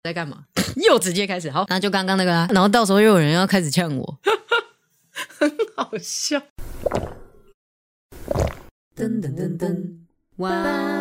在干嘛？又直接开始，好，那就刚刚那个啦。然后到时候又有人要开始呛我， 很好笑。 噔噔噔噔，晚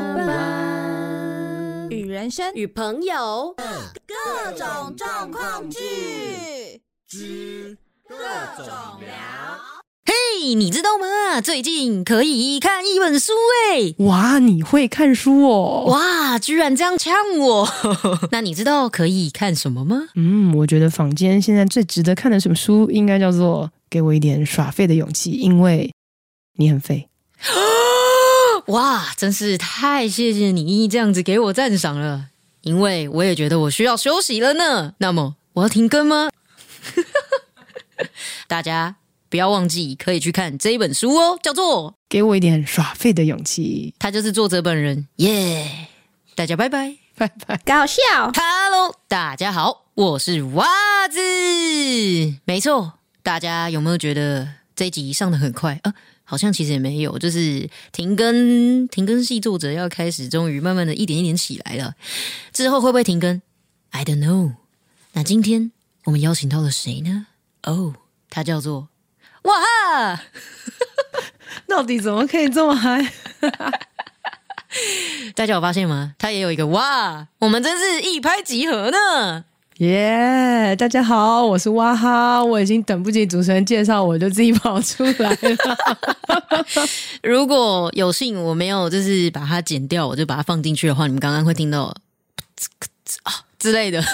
安， 与人生与朋友各种状况剧之各种聊。 嘿，你知道吗？最近可以看一本书欸。 哇，你会看书哦！ 哇，居然这样呛我！那你知道可以看什么吗？ 我觉得坊间现在最值得看的什么书，应该叫做《给我一点耍废的勇气》，因为你很废。 哇，真是太谢谢你这样子给我赞赏了，因为我也觉得我需要休息了呢。那么我要停更吗？大家不要忘记可以去看这一本书哦，叫做《 给我一点耍废的勇气》， 他就是作者本人耶。大家拜拜， 拜拜。 搞笑。 Hello， 大家好，我是袜子。没错，大家有没有觉得这一集上得很快啊？好像其实也没有，就是停更系作者要开始，终于慢慢的一点一点起来了。之后会不会停更 ？I don't know。那今天我们邀请到了谁呢？哦，他叫做哇哈！ 到底怎么可以这么嗨？ 大家有发现吗？他也有一个哇，我们真是一拍即合呢。 耶、大家好，我是哇哈，我已经等不及主持人介绍，我就自己跑出来了。 如果有幸我没有就是把它剪掉，我就把它放进去的话，你们刚刚会听到之类的。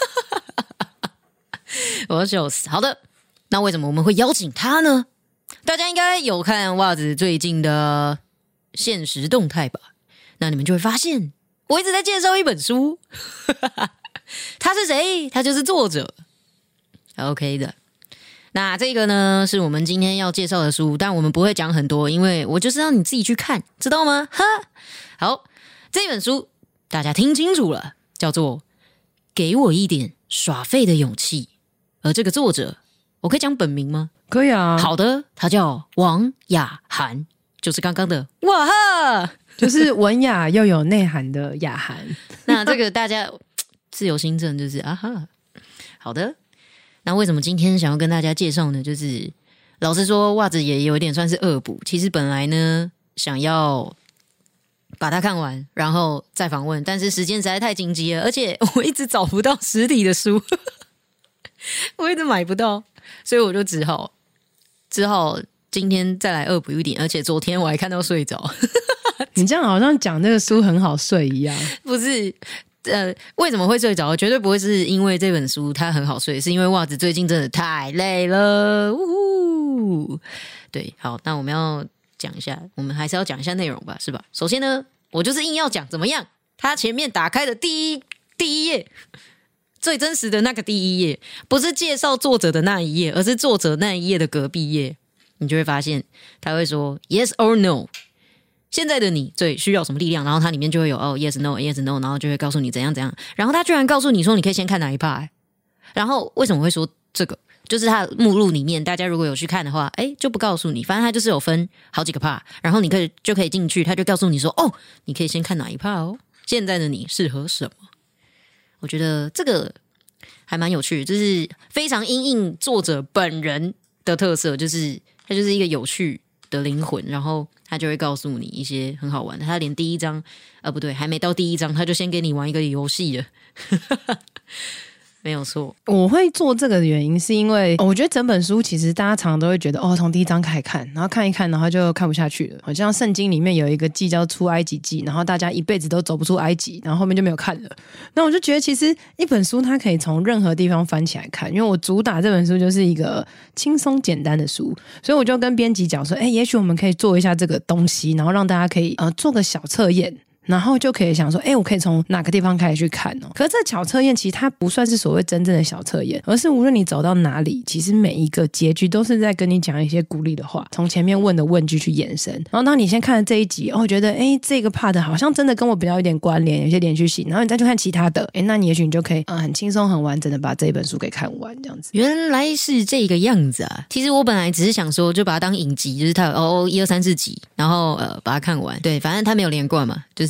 我要笑死。好的，那为什么我们会邀请他呢？大家应该有看袜子最近的现实动态吧？那你们就会发现，我一直在介绍一本书。他是谁？他就是作者。OK 的。那这个呢，是我们今天要介绍的书，但我们不会讲很多，因为我就是让你自己去看，知道吗？哈，好，这本书大家听清楚了，叫做《给我一点耍废的勇气》。而这个作者，我可以讲本名吗？ 可以啊。 好的，他叫王雅涵，就是刚刚的哇哈， 就是文雅又有内涵的雅涵。 那这个大家自由新政就是啊哈。好的，那为什么今天想要跟大家介绍呢？就是老实说，袜子也有一点算是恶补。其实本来呢想要把它看完，然后再访问，但是时间实在太紧急了，而且我一直找不到实体的书，我一直买不到，所以我就只好今天再来恶补一点。而且昨天我还看到睡着。 你这样好像讲这个书很好睡一样。 不是。为什么会睡着？绝对不会是因为这本书它很好睡，是因为袜子最近真的太累了。呜呼，对，好，那我们要讲一下，我们还是要讲一下内容吧，是吧？首先呢，我就是硬要讲怎么样，它前面打开的第一页，最真实的那个第一页，不是介绍作者的那一页，而是作者那一页的隔壁页，你就会发现他会说 yes or no。现在的你最需要什么力量？然后它里面就会有yes no yes no， 然后就会告诉你怎样怎样。然后他居然告诉你说你可以先看哪一 part。然后为什么会说这个？就是它的目录里面，大家如果有去看的话，就不告诉你，反正它就是有分好几个 part， 然后你就可以进去，他就告诉你说你可以先看哪一 part 哦。现在的你适合什么？我觉得这个还蛮有趣的，就是非常因应作者本人的特色，就是他就是一个有趣的灵魂，然后他就会告诉你一些很好玩的。他连第一章不对，还没到第一章，他就先给你玩一个游戏了。没有错。 我会做这个的原因是因为我觉得整本书其实大家常常都会觉得从第一章开始看，然后看一看，然后就看不下去了。好像圣经里面有一个记叫出埃及记，然后大家一辈子都走不出埃及，然后后面就没有看了。那我就觉得其实一本书它可以从任何地方翻起来看，因为我主打这本书就是一个轻松简单的书，所以我就跟编辑讲说也许我们可以做一下这个东西，然后让大家可以做个小测验，然后就可以想说我可以从哪个地方开始去看哦。可是这小测验其实它不算是所谓真正的小测验，而是无论你走到哪里，其实每一个结局都是在跟你讲一些鼓励的话，从前面问的问句去延伸。然后当你先看了这一集觉得这个 part 好像真的跟我比较有点关联，有些连续性，然后你再去看其他的那你也许你就可以很轻松很完整的把这一本书给看完这样子。 原来是这个样子啊！其实我本来只是想说就把它当影集，就是它有1、2、3、4集，然后把它看完。对，反正它没有连贯嘛，就是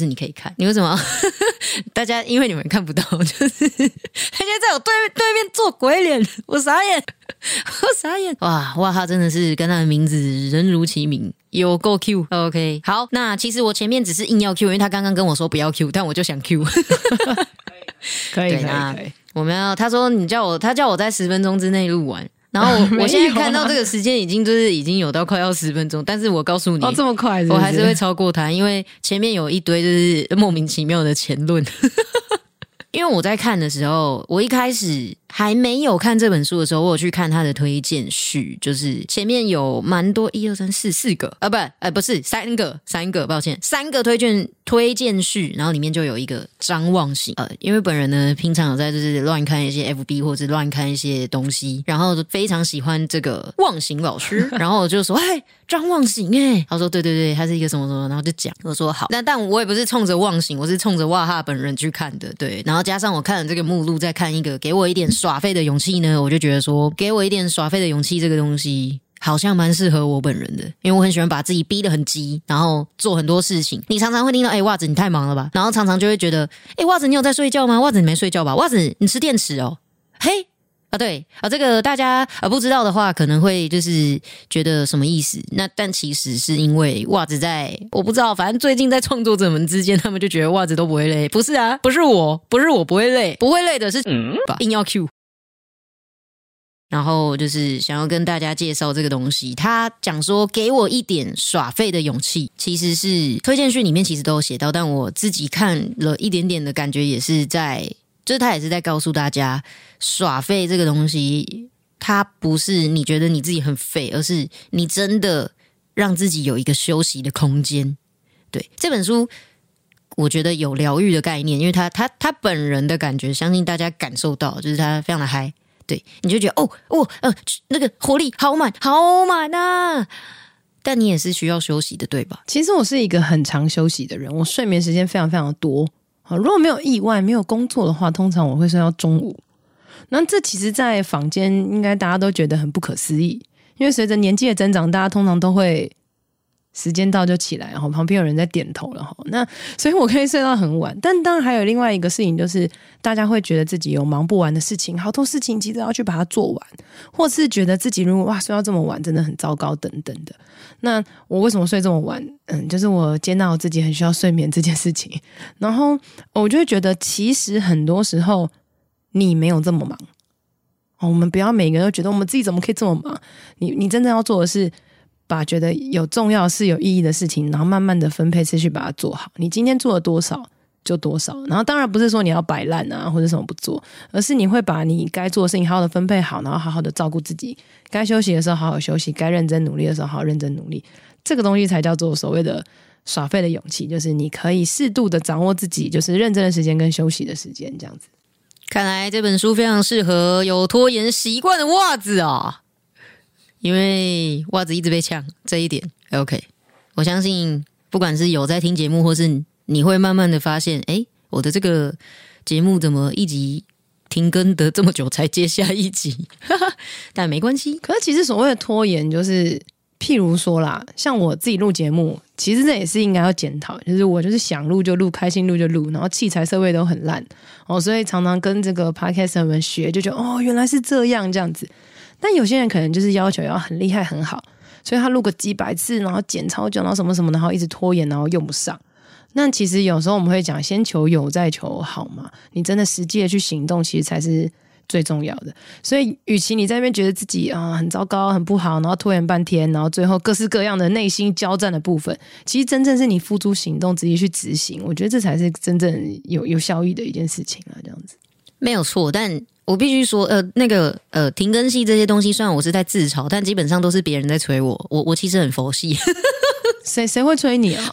是你可以看。你为什么大家因为你们看不到，就是他现在在我对面做鬼脸，我傻眼，我傻眼。哇，他真的是跟他的名字人如其名。有够 Q OK 好，那其实我前面只是硬要 Q， 因为他刚刚跟我说不要 Q， 但我就想 Q 可以我们要他说他叫我在10分钟之内录完，然后我现在看到这个时间已经有到快要10分钟，但是我告诉你这么快是不是， 我还是会超过他，因为前面有一堆就是莫名其妙的前论因为我在看的时候，我一开始还没有看这本书的时候，我有去看他的推荐序，就是前面有蛮多1、2、3、4个不是3个，抱歉，3个推荐序，然后里面就有一个张忘形。因为本人呢平常有在就是乱看一些 FB 或者乱看一些东西，然后非常喜欢这个忘形老师，然后我就说张忘形他说对，他是一个什么什么，然后就讲，我说好，但我也不是冲着忘形，我是冲着哇哈本人去看的，对，然后加上我看了这个目录，再看一个给我一点耍废的勇气呢，我就觉得说给我一点耍废的勇气这个东西好像蛮适合我本人的，因为我很喜欢把自己逼得很急，然后做很多事情。你常常会听到袜子你太忙了吧，然后常常就会觉得袜子你有在睡觉吗？袜子你没睡觉吧？袜子你吃电池哦？嘿对这个大家不知道的话可能会就是觉得什么意思，但其实是因为袜子我不知道，反正最近在创作者们之间他们就觉得袜子都不会累，不是啊，不是我不会累，不会累的是硬要 Q。然后就是想要跟大家介绍这个东西，他讲说给我一点耍废的勇气，其实是推荐序里面其实都有写到，但我自己看了一点点的感觉也是就是他也是在告诉大家，耍废这个东西，它不是你觉得你自己很废，而是你真的让自己有一个休息的空间。对，这本书我觉得有疗愈的概念，因为他本人的感觉，相信大家感受到，就是他非常的嗨。对，你就觉得那个活力好满啊！但你也是需要休息的，对吧？ 其实我是一个很常休息的人，我睡眠时间非常非常的多。如果没有意外没有工作的话，通常我会睡到中午。那这其实在坊间应该大家都觉得很不可思议，因为随着年纪的增长，大家通常都会时间到就起来，然后旁边有人在点头了，那所以我可以睡到很晚。但当然还有另外一个事情，就是大家会觉得自己有忙不完的事情，好多事情急着要去把它做完，或是觉得自己如果睡到这么晚真的很糟糕等等的。那我为什么睡这么晚？就是我接纳我自己很需要睡眠这件事情，然后我就会觉得其实很多时候你没有这么忙。我们不要每个人都觉得我们自己怎么可以这么忙，你真正要做的是把觉得有重要是有意义的事情，然后慢慢的分配次序把它做好。你今天做了多少就多少，然后当然不是说你要摆烂啊或者什么不做，而是你会把你该做的事情好好的分配好，然后好好的照顾自己，该休息的时候好好休息，该认真努力的时候好好认真努力。这个东西才叫做所谓的耍废的勇气，就是你可以适度的掌握自己就是认真的时间跟休息的时间，这样子。 看来这本书非常适合有拖延习惯的袜子啊，因为袜子一直被呛这一点 OK。 我相信不管是有在听节目，或是你会慢慢的发现我的这个节目怎么一集停更的这么久才接下一集但没关系。 可是其实所谓的拖延就是譬如说啦，像我自己录节目，其实这也是应该要检讨，就是我就是想录就录，开心录就录，然后器材设备都很烂所以常常跟这个 podcaster 们学，就觉得原来是这样子。但有些人可能就是要求要很厉害很好，所以他录个几百次，然后剪超久，然后什么什么，然后一直拖延，然后用不上。那其实有时候我们会讲先求有再求好嘛，你真的实际的去行动其实才是最重要的。所以与其你在那边觉得自己很糟糕很不好，然后拖延半天，然后最后各式各样的内心交战的部分，其实真正是你付诸行动直接去执行，我觉得这才是真正有效益的一件事情啊，这样子没有错。但我必须说停更系这些东西，虽然我是在自嘲，但基本上都是别人在催我其实很佛系谁会催你啊？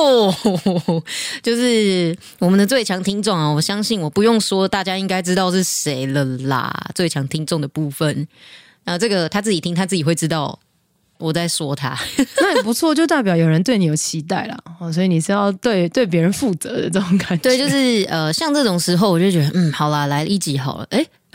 就是我们的最强听众啊！我相信我不用说，大家应该知道是谁了啦。最强听众的部分，这个他自己听，他自己会知道我在说他。 那也不错，就代表有人对你有期待啦。所以你是要对别人负责的这种感觉。 对，就是像这种时候，我就觉得好啦，来一集好了。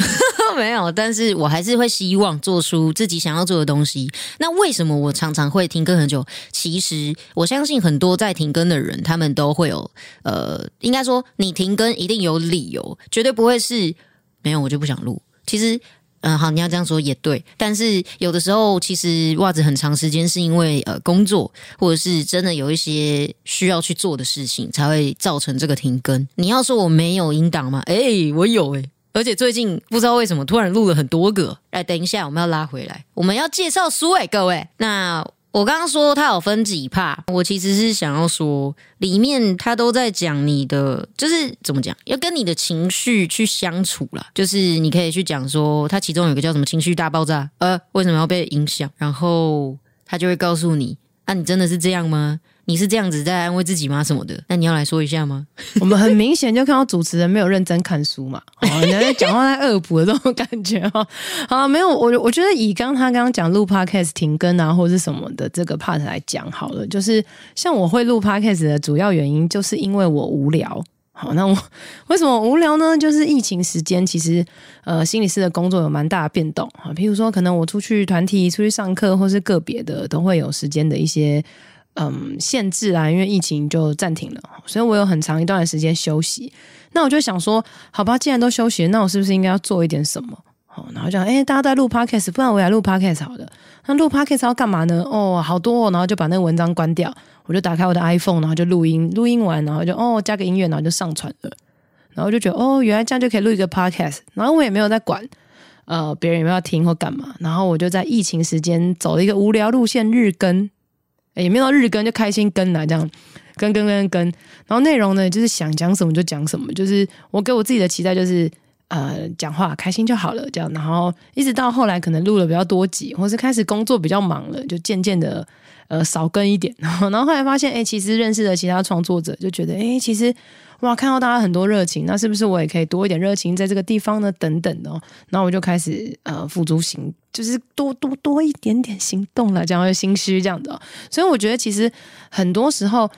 没有，但是我还是会希望做出自己想要做的东西。那为什么我常常会停更很久？其实我相信很多在停更的人，他们都会有应该说你停更一定有理由，绝对不会是没有我就不想录。其实好，你要这样说也对，但是有的时候其实袜子很长时间是因为工作或者是真的有一些需要去做的事情才会造成这个停更。你要说我没有音档吗？我有而且最近不知道为什么突然录了很多个。等一下我们要拉回来，我们要介绍书各位。那我刚刚说它有分几 part， 我其实是想要说里面它都在讲你的，就是怎么讲，要跟你的情绪去相处啦。就是你可以去讲说它其中有一个叫什么情绪大爆炸，为什么要被影响，然后它就会告诉你你真的是这样吗？你是这样子在安慰自己吗？什么的？那你要来说一下吗？ 我们很明显就看到主持人没有认真看书嘛，你在讲话在恶补的这种感觉好，没有，我觉得以他刚刚讲录 podcast 停更啊或是什么的这个 part 来讲好了，就是像我会录 podcast 的主要原因就是因为我无聊。好，那我为什么无聊呢？就是疫情时间，其实心理师的工作有蛮大的变动啊，譬如说可能我出去团体、出去上课，或是个别的都会有时间的一些限制啦，因为疫情就暂停了，所以我有很长一段的时间休息。那我就想说，好吧，既然都休息了，那我是不是应该要做一点什么？然后讲，大家都在录 podcast， 不然我也来录 podcast 好了。那录 podcast 要干嘛呢？好多然后就把那个文章关掉，我就打开我的 iPhone， 然后就录音完，然后就加个音乐，然后就上传了。然后就觉得原来这样就可以录一个 podcast， 然后我也没有在管别人有没有要听或干嘛。然后我就在疫情时间走了一个无聊路线，日更。也没有日更，就开心更啦，这样更，然后内容呢就是想讲什么就讲什么，就是我给我自己的期待就是讲话开心就好了这样，然后一直到后来可能录了比较多集，或是开始工作比较忙了，就渐渐的少更一点，然后后来发现其实认识了其他创作者，就觉得其实哇，看到大家很多热情，那是不是我也可以多一点热情在这个地方呢？等等的然后我就开始付诸行，就是多一点点行动了，这样会心虚这样的所以我觉得其实很多时候，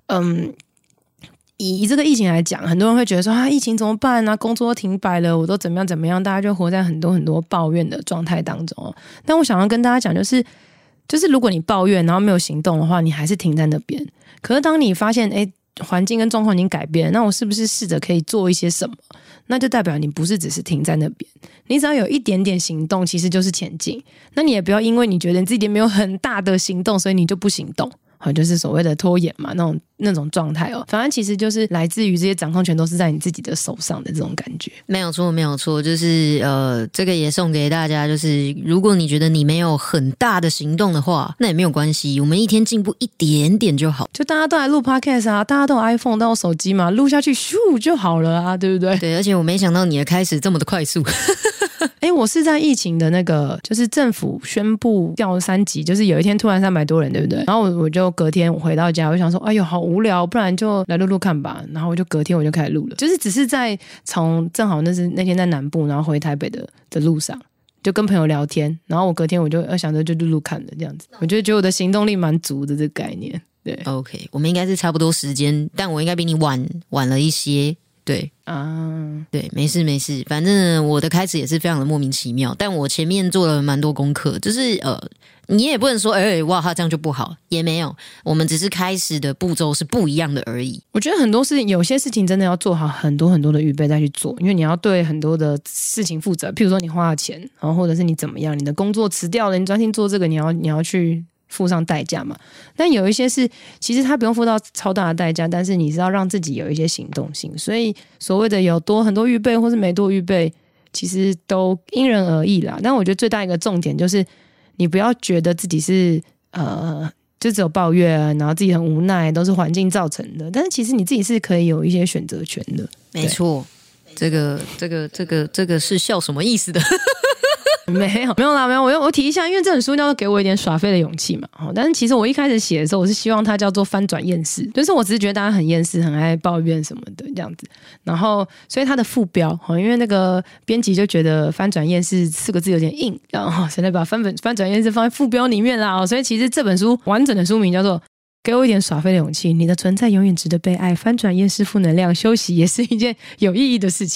以这个疫情来讲，很多人会觉得说疫情怎么办啊？工作都停摆了，我都怎么样，大家就活在很多抱怨的状态当中。但我想要跟大家讲，就是如果你抱怨然后没有行动的话，你还是停在那边。可是当你发现环境跟状况已经改变了，那我是不是试着可以做一些什么？那就代表你不是只是停在那边，你只要有一点点行动，其实就是前进。那你也不要因为你觉得你自己没有很大的行动，所以你就不行动，就是所谓的拖延嘛，那种状态反正其实就是来自于这些掌控权都是在你自己的手上的这种感觉。 没有错，就是这个也送给大家，就是如果你觉得你没有很大的行动的话，那也没有关系，我们一天进步一点点就好。 就大家都来录 podcast 啊，大家都有 iPhone 都有手机嘛，录下去咻就好了啊，对不对？ 对，而且我没想到你的开始这么的快速。 我是在疫情的那个，就是政府宣布掉3级，就是有一天突然300多人，对不对？然后我就隔天我回到家，我想说，哎呦好无聊，不然就来录看吧。然后我就隔天我就开始录了，就是只是在正好那天在南部，然后回台北的路上，就跟朋友聊天，然后我隔天我就想着就录看了这样子。我觉得我的行动力蛮足的这个概念。对 ，OK， 我们应该是差不多时间，但我应该比你晚了一些。对啊，对，没事，反正我的开始也是非常的莫名其妙，但我前面做了蛮多功课，就是你也不能说哇他这样就不好，也没有，我们只是开始的步骤是不一样的而已。 我觉得很多事情，有些事情真的要做好很多的预备再去做，因为你要对很多的事情负责，譬如说你花了钱，然后或者是你怎么样，你的工作辞掉了，你专心做这个，你要去付上代价嘛。但有一些是其实他不用付到超大的代价，但是你是要让自己有一些行动性，所以所谓的有很多预备或是没多预备，其实都因人而异啦。但我觉得最大一个重点就是你不要觉得自己是就只有抱怨然后自己很无奈，都是环境造成的，但是其实你自己是可以有一些选择权的。 没错，这个是笑什么意思的？ 没有啦，我提一下，因为这本书叫做给我一点耍废的勇气嘛。但是其实我一开始写的时候，我是希望它叫做翻转厌世，就是我只是觉得大家很厌世，很爱抱怨什么的这样子。然后所以它的副标，因为那个编辑就觉得翻转厌世4个字有点硬，然后现在把翻转厌世放在副标里面啦。所以其实这本书完整的书名叫做给我一点耍废的勇气，你的存在永远值得被爱，翻转厌世负能量，休息也是一件有意义的事情。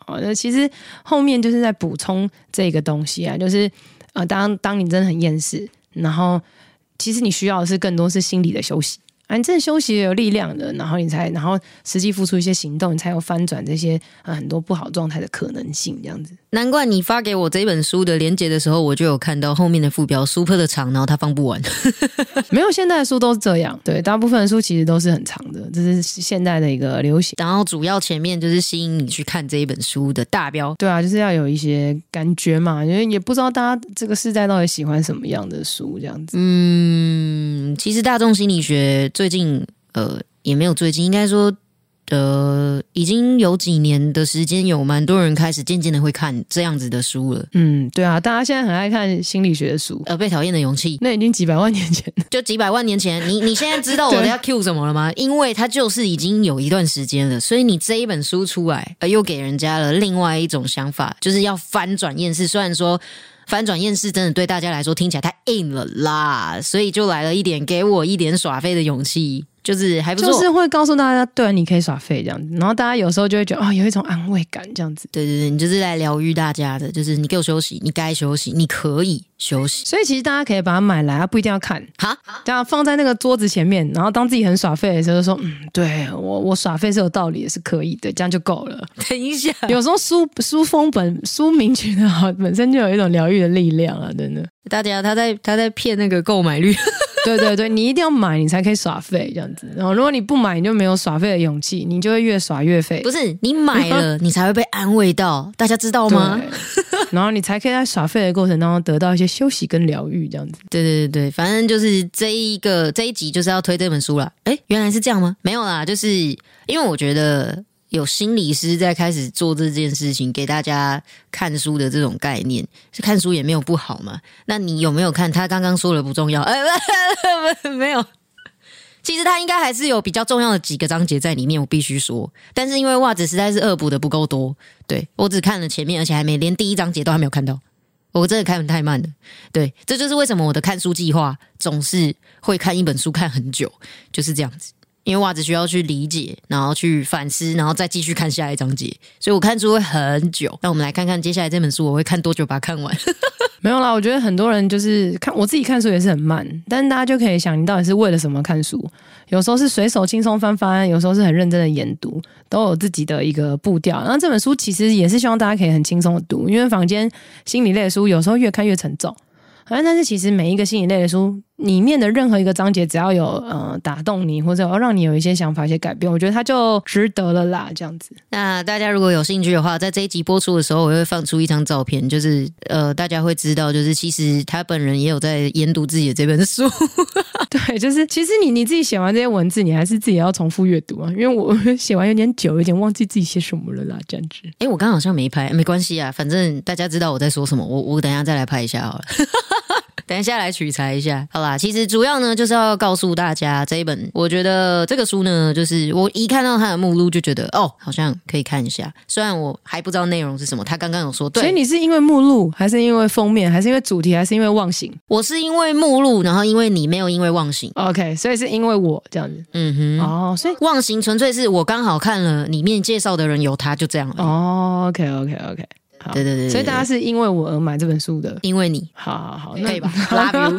那其实后面就是在补充这个东西啊，就是当你真的很厌世，然后其实你需要的是更多是心理的休息。你真的休息有力量的，然后实际付出一些行动，你才有翻转这些很多不好状态的可能性，这样子。 难怪你发给我这本书的连结的时候，我就有看到后面的副标 super 的长，然后它放不完。 没有，现在的书都是这样，对，大部分的书其实都是很长的，这是现在的一个流行。 然后主要前面就是吸引你去看这一本书的大标。 对啊，就是要有一些感觉嘛，因为也不知道大家这个世代到底喜欢什么样的书，这样子。 其实大众心理学最近也没有最近，应该说已经有几年的时间，有蛮多人开始渐渐的会看这样子的书了。 对啊，大家现在很爱看心理学的书。 被讨厌的勇气， 那已经几百万年前了， 就几百万年前。你现在知道我要 cue 什么了吗？因为它就是已经有一段时间了，所以你这一本书出来，又给人家了另外一种想法，就是要翻转厌世。虽然说翻转厌世真的对大家来说听起来太硬了啦，所以就来了一点给我一点耍废的勇气。就是还不错， 就是会告诉大家，对啊，你可以耍废这样子，然后大家有时候就会觉得有一种安慰感这样子。 对对对，你就是来疗愈大家的，就是你给我休息，你该休息，你可以休息。 所以其实大家可以把它买来，不一定要看， 哈， 这样放在那个桌子前面，然后当自己很耍废的时候就说，对我耍废是有道理的，是可以的，这样就够了。 等一下， 有时候书封书名取得好，本身就有一种疗愈的力量啊，真的。 大家他在骗那个购买率。 对对对，你一定要买，你才可以耍废这样子。然后如果你不买，你就没有耍废的勇气，你就会越耍越废。 不是你买了，你才会被安慰到，大家知道吗？ 然后你才可以在耍废的过程当中得到一些休息跟疗愈，这样子。 对对对对，反正就是这一集就是要推这本书啦。原来是这样吗？没有啦，就是因为我觉得有心理师在开始做这件事情，给大家看书的这种概念，看书也没有不好嘛。那你有没有看？他刚刚说了不重要，没有。其实他应该还是有比较重要的几个章节在里面，我必须说。但是因为袜子实在是恶补的不够多，对，我只看了前面，而且还连第一章节都还没有看到。我真的看得太慢了，对，这就是为什么我的看书计划总是会看一本书看很久，就是这样子。因为袜子需要去理解，然后去反思，然后再继续看下一章节，所以我看书会很久。那我们来看看接下来这本书我会看多久把它看完。 没有啦，我觉得很多人就是我自己看书也是很慢，但是大家就可以想，你到底是为了什么看书？有时候是随手轻松翻翻，有时候是很认真的研读，都有自己的一个步调。然后这本书其实也是希望大家可以很轻松的读，因为坊间心理类的书有时候越看越沉重。但是其实每一个心理类的书里面的任何一个章节，只要有打动你，或者要让你有一些想法、一些改变，我觉得它就值得了啦。这样子。 那大家如果有兴趣的话，在这一集播出的时候，我会放出一张照片，就是大家会知道，就是其实他本人也有在研读自己的这本书。 对，就是其实你自己写完这些文字，你还是自己要重复阅读啊，因为我写完有点久，有点忘记自己写什么了啦，这样子。 我刚刚好像没拍，没关系啊，反正大家知道我在说什么，我等一下再来拍一下好了。等一下来取材一下，好啦。其实主要呢就是要告诉大家这一本，我觉得这个书呢，就是我一看到它的目录就觉得好像可以看一下。虽然我还不知道内容是什么，他刚刚有说，对。 所以你是因为目录，还是因为封面，还是因为主题，还是因为忘形？ 我是因为目录，然后因为你没有因为忘形。 OK， 所以是因为我这样子。所以忘形纯粹是我刚好看了里面介绍的人有他，就这样了。 OK。 对对对， 所以大家是因为我而买这本书的， 因为你， 好， 可以吧？Love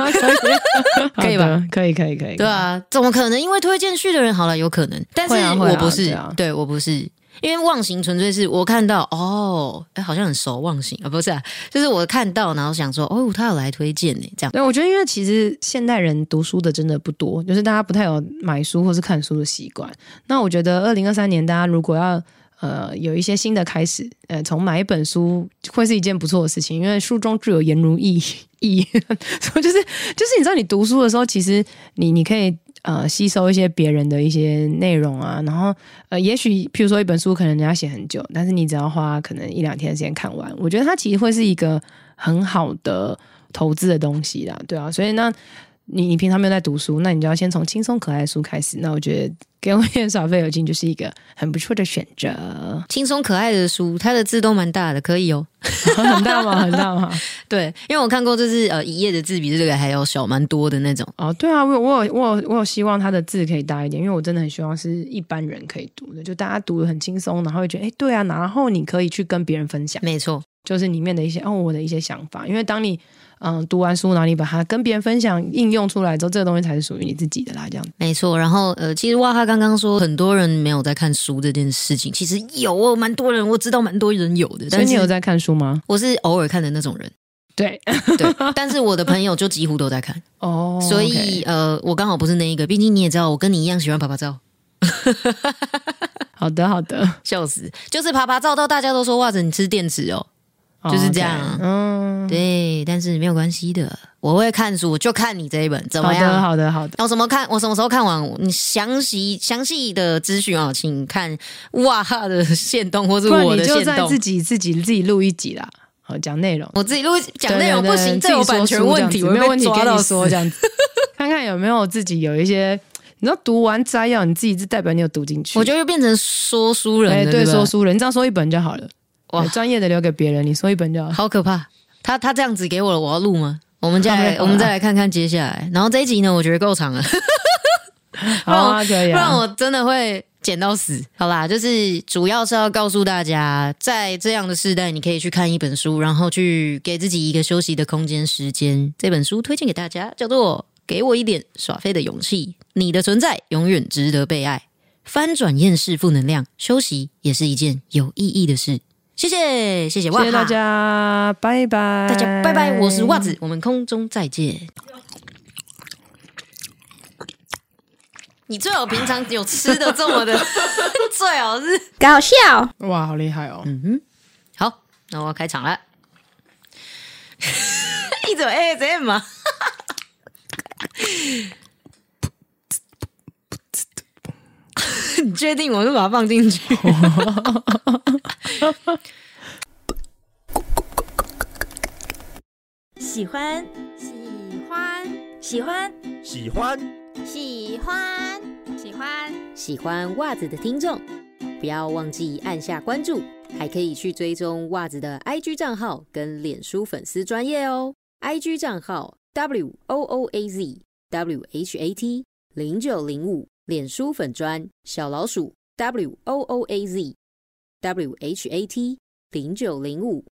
you， 可以吧？ 可以。 对啊，怎么可能？因为推荐序的人好了，有可能，但是我不是，对我不是，因为忘形纯粹是我看到好像很熟忘形啊，不是啊，就是我看到然后想说他有来推荐呢，这样。 对，我觉得因为其实现代人读书的真的不多，就是大家不太有买书或是看书的习惯。那我觉得2023年大家如果要有一些新的开始，从买一本书会是一件不错的事情，因为书中自有颜如玉。所以就是你知道，你读书的时候，其实你可以吸收一些别人的一些内容啊，然后也许譬如说一本书可能人家写很久，但是你只要花可能1-2天的时间看完，我觉得它其实会是一个很好的投资的东西啦，对啊，所以那你平常没有在读书，那你就要先从轻松可爱的书开始。那我觉得给我一点耍废有劲就是一个很不错的选择。 轻松可爱的书，它的字都蛮大的，可以哦。 很大吗？很大吗？ 对，因为我看过，就是一页的字比这个还要小蛮多的那种。 哦，对啊，我有希望它的字可以大一点，因为我真的很希望是一般人可以读的，就大家读得很轻松，然后会觉得对啊，然后你可以去跟别人分享。 没错， 就是里面的一些我的一些想法，因为当你读完书，然后你把它跟别人分享、应用出来之后，这个东西才是属于你自己的啦。这样没错。然后其实哇哈刚刚说很多人没有在看书这件事情，其实有蛮多人，我知道蛮多人有的。 所以你有在看书吗？ 我是偶尔看的那种人。 对对，但是我的朋友就几乎都在看哦， 所以我刚好不是那一个，毕竟你也知道，我跟你一样喜欢爬爬照。 好的好的， 笑死，就是爬爬照到大家都说哇塞你吃电池哦，就是这样。对，但是没有关系的，我会看书，我就看你这一本怎么样？ 好的好的。 我什么时候看完？你详细的资讯啊，请看哇哈的限动或是我的限动。 不然你就在自己录一集啦。讲内容， 我自己录讲内容不行，这有版权问题， 我没有问题抓到说这样子，看看有没有自己有一些，你知道读完摘要，你自己是代表你有读进去， 我觉得又变成说书人了， 对，说书人，你这样说一本就好了， 哇， 专业的留给别人，你说一本就好， 好可怕。他这样子给我了，我要录吗？我们再来看看接下来，然后这一集呢，我觉得够长了， 好啊，可以啊， 不然我真的会剪到死。好啦，就是主要是要告诉大家，在这样的世代，你可以去看一本书，然后去给自己一个休息的空间时间。这本书推荐给大家，叫做《给我一点耍废的勇气》，你的存在永远值得被爱。翻转厌世负能量，休息也是一件有意义的事。谢谢哇哈， 谢谢大家，拜拜， 大家拜拜，我是袜子，我们空中再见。你最好平常有吃的这么的，最好是搞笑。 哇，好厉害哦！ 好，那我要开场了。一直有 ASM 吗？你确定我是把它放进去？ 喜欢， 喜欢袜子的听众，不要忘记按下关注，还可以去追踪袜子的 IG 账号跟脸书粉丝专页哦。IG 账号 WOOAZWHAT0905，脸书粉专小老鼠 WOOAZWHAT0905。